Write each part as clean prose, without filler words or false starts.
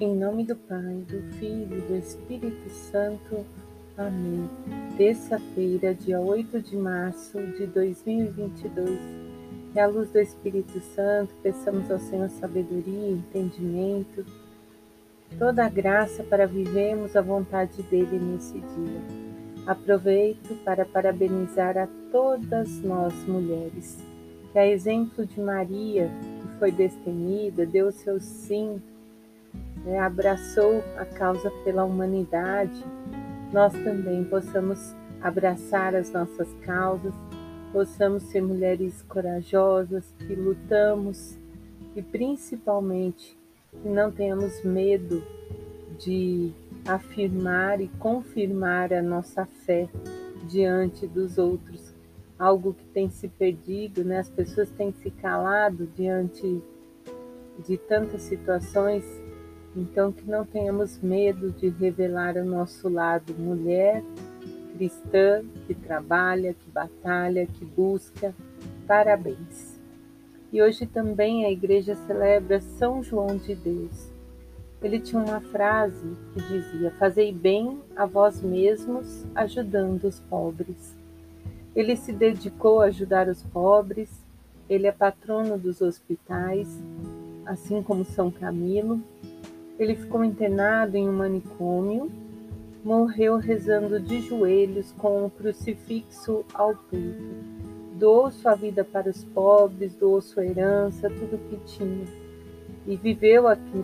Em nome do Pai, do Filho e do Espírito Santo. Amém. Terça-feira, dia 8 de março de 2022. E à luz do Espírito Santo, peçamos ao Senhor sabedoria, entendimento, toda a graça para vivermos a vontade dele nesse dia. Aproveito para parabenizar a todas nós mulheres, que a exemplo de Maria, que foi destemida, deu seu sim, abraçou a causa pela humanidade, nós também possamos abraçar as nossas causas, possamos ser mulheres corajosas, que lutamos e principalmente que não tenhamos medo de afirmar e confirmar a nossa fé diante dos outros. Algo que tem se perdido, as pessoas têm se calado diante de tantas situações. Então, que não tenhamos medo de revelar o nosso lado mulher cristã, que trabalha, que batalha, que busca. Parabéns! E hoje também a igreja celebra São João de Deus. Ele tinha uma frase que dizia: fazei bem a vós mesmos, ajudando os pobres. Ele se dedicou a ajudar os pobres, ele é patrono dos hospitais, assim como São Camilo. Ele ficou internado em um manicômio, morreu rezando de joelhos com um crucifixo ao peito. Doou sua vida para os pobres, doou sua herança, tudo o que tinha. E viveu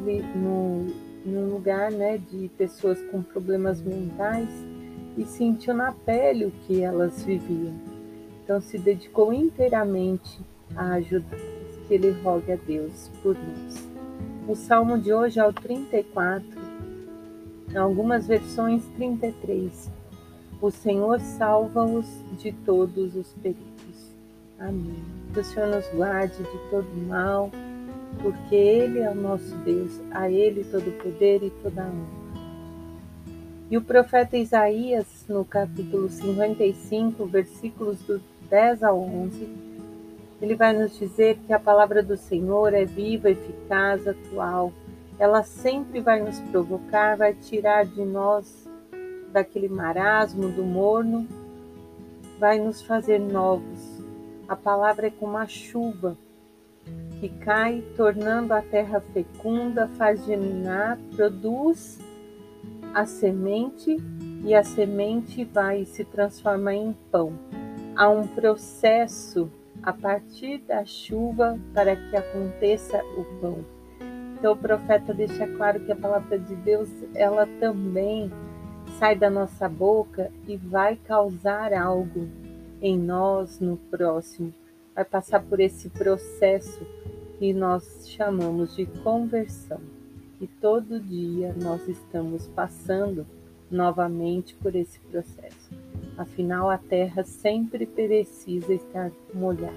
num lugar de pessoas com problemas mentais e sentiu na pele o que elas viviam. Então se dedicou inteiramente a ajudá-las. Que ele rogue a Deus por nós. O salmo de hoje é o 34, em algumas versões 33. O Senhor salva-os de todos os perigos. Amém. Que o Senhor nos guarde de todo mal, porque Ele é o nosso Deus, a Ele todo o poder e toda a honra. E o profeta Isaías, no capítulo 55, versículos do 10 ao 11, ele vai nos dizer que a palavra do Senhor é viva, eficaz, atual. Ela sempre vai nos provocar, vai tirar de nós daquele marasmo, do morno, vai nos fazer novos. A palavra é como a chuva que cai, tornando a terra fecunda, faz germinar, produz a semente e a semente vai se transformar em pão. Há um processo a partir da chuva para que aconteça o pão. Então o profeta deixa claro que a palavra de Deus, ela também sai da nossa boca e vai causar algo em nós, no próximo. Vai passar por esse processo que nós chamamos de conversão. E todo dia nós estamos passando novamente por esse processo. Afinal, a terra sempre precisa estar molhada.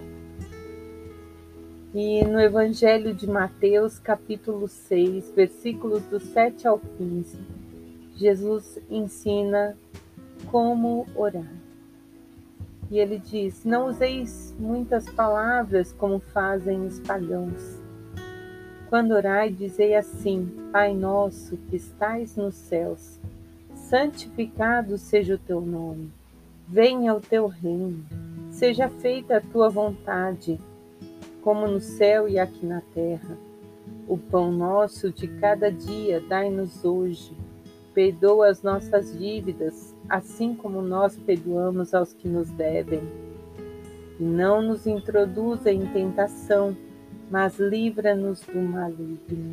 E no Evangelho de Mateus, capítulo 6, versículos do 7 ao 15, Jesus ensina como orar. E ele diz: não useis muitas palavras como fazem os pagãos. Quando orai, dizei assim: Pai nosso que estais nos céus, santificado seja o teu nome. Venha o teu reino, seja feita a tua vontade, como no céu e aqui na terra. O pão nosso de cada dia dai-nos hoje. Perdoa as nossas dívidas, assim como nós perdoamos aos que nos devem. E não nos introduza em tentação, mas livra-nos do maligno.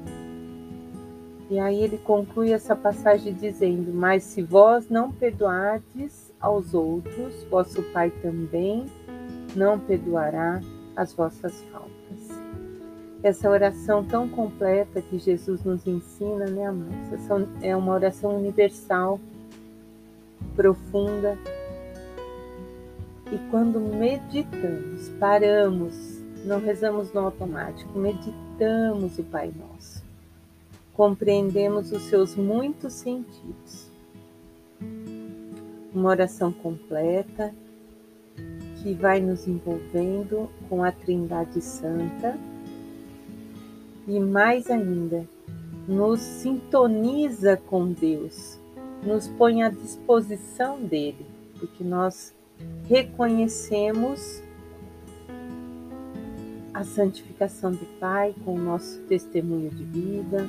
E aí ele conclui essa passagem dizendo: mas se vós não perdoardes aos outros, vosso Pai também não perdoará as vossas faltas. Essa oração tão completa que Jesus nos ensina, amados? Essa é uma oração universal, profunda. E quando meditamos, paramos, não rezamos no automático, meditamos o Pai Nosso. Compreendemos os seus muitos sentidos. Uma oração completa que vai nos envolvendo com a Trindade Santa e mais ainda, nos sintoniza com Deus, nos põe à disposição dele, porque nós reconhecemos a santificação do Pai com o nosso testemunho de vida.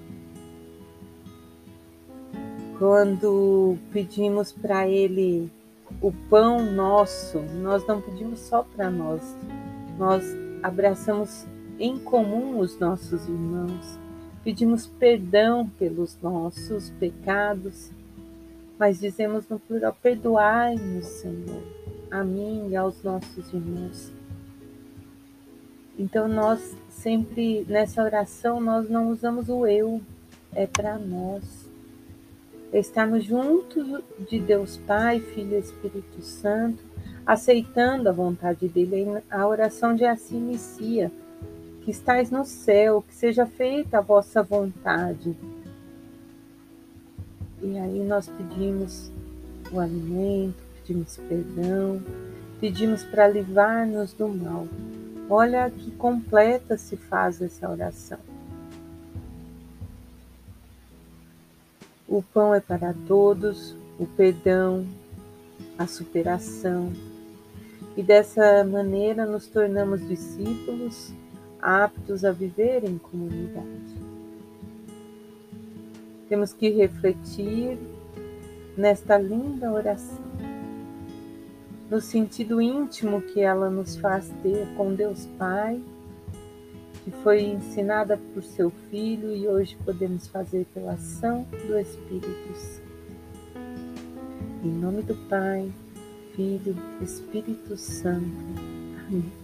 Quando pedimos para Ele o pão nosso, nós não pedimos só para nós abraçamos em comum os nossos irmãos, pedimos perdão pelos nossos pecados, mas dizemos no plural: perdoai-nos, Senhor, a mim e aos nossos irmãos. Então nós sempre, nessa oração, nós não usamos o eu, é para nós. Estamos juntos de Deus Pai, Filho e Espírito Santo, aceitando a vontade dele. A oração já se inicia: que estais no céu, que seja feita a vossa vontade. E aí nós pedimos o alimento, pedimos perdão, pedimos para livrar-nos do mal. Olha que completa se faz essa oração. O pão é para todos, o perdão, a superação. E dessa maneira nos tornamos discípulos aptos a viver em comunidade. Temos que refletir nesta linda oração, no sentido íntimo que ela nos faz ter com Deus Pai, que foi ensinada por seu Filho e hoje podemos fazer pela ação do Espírito Santo. Em nome do Pai, Filho, Espírito Santo. Amém.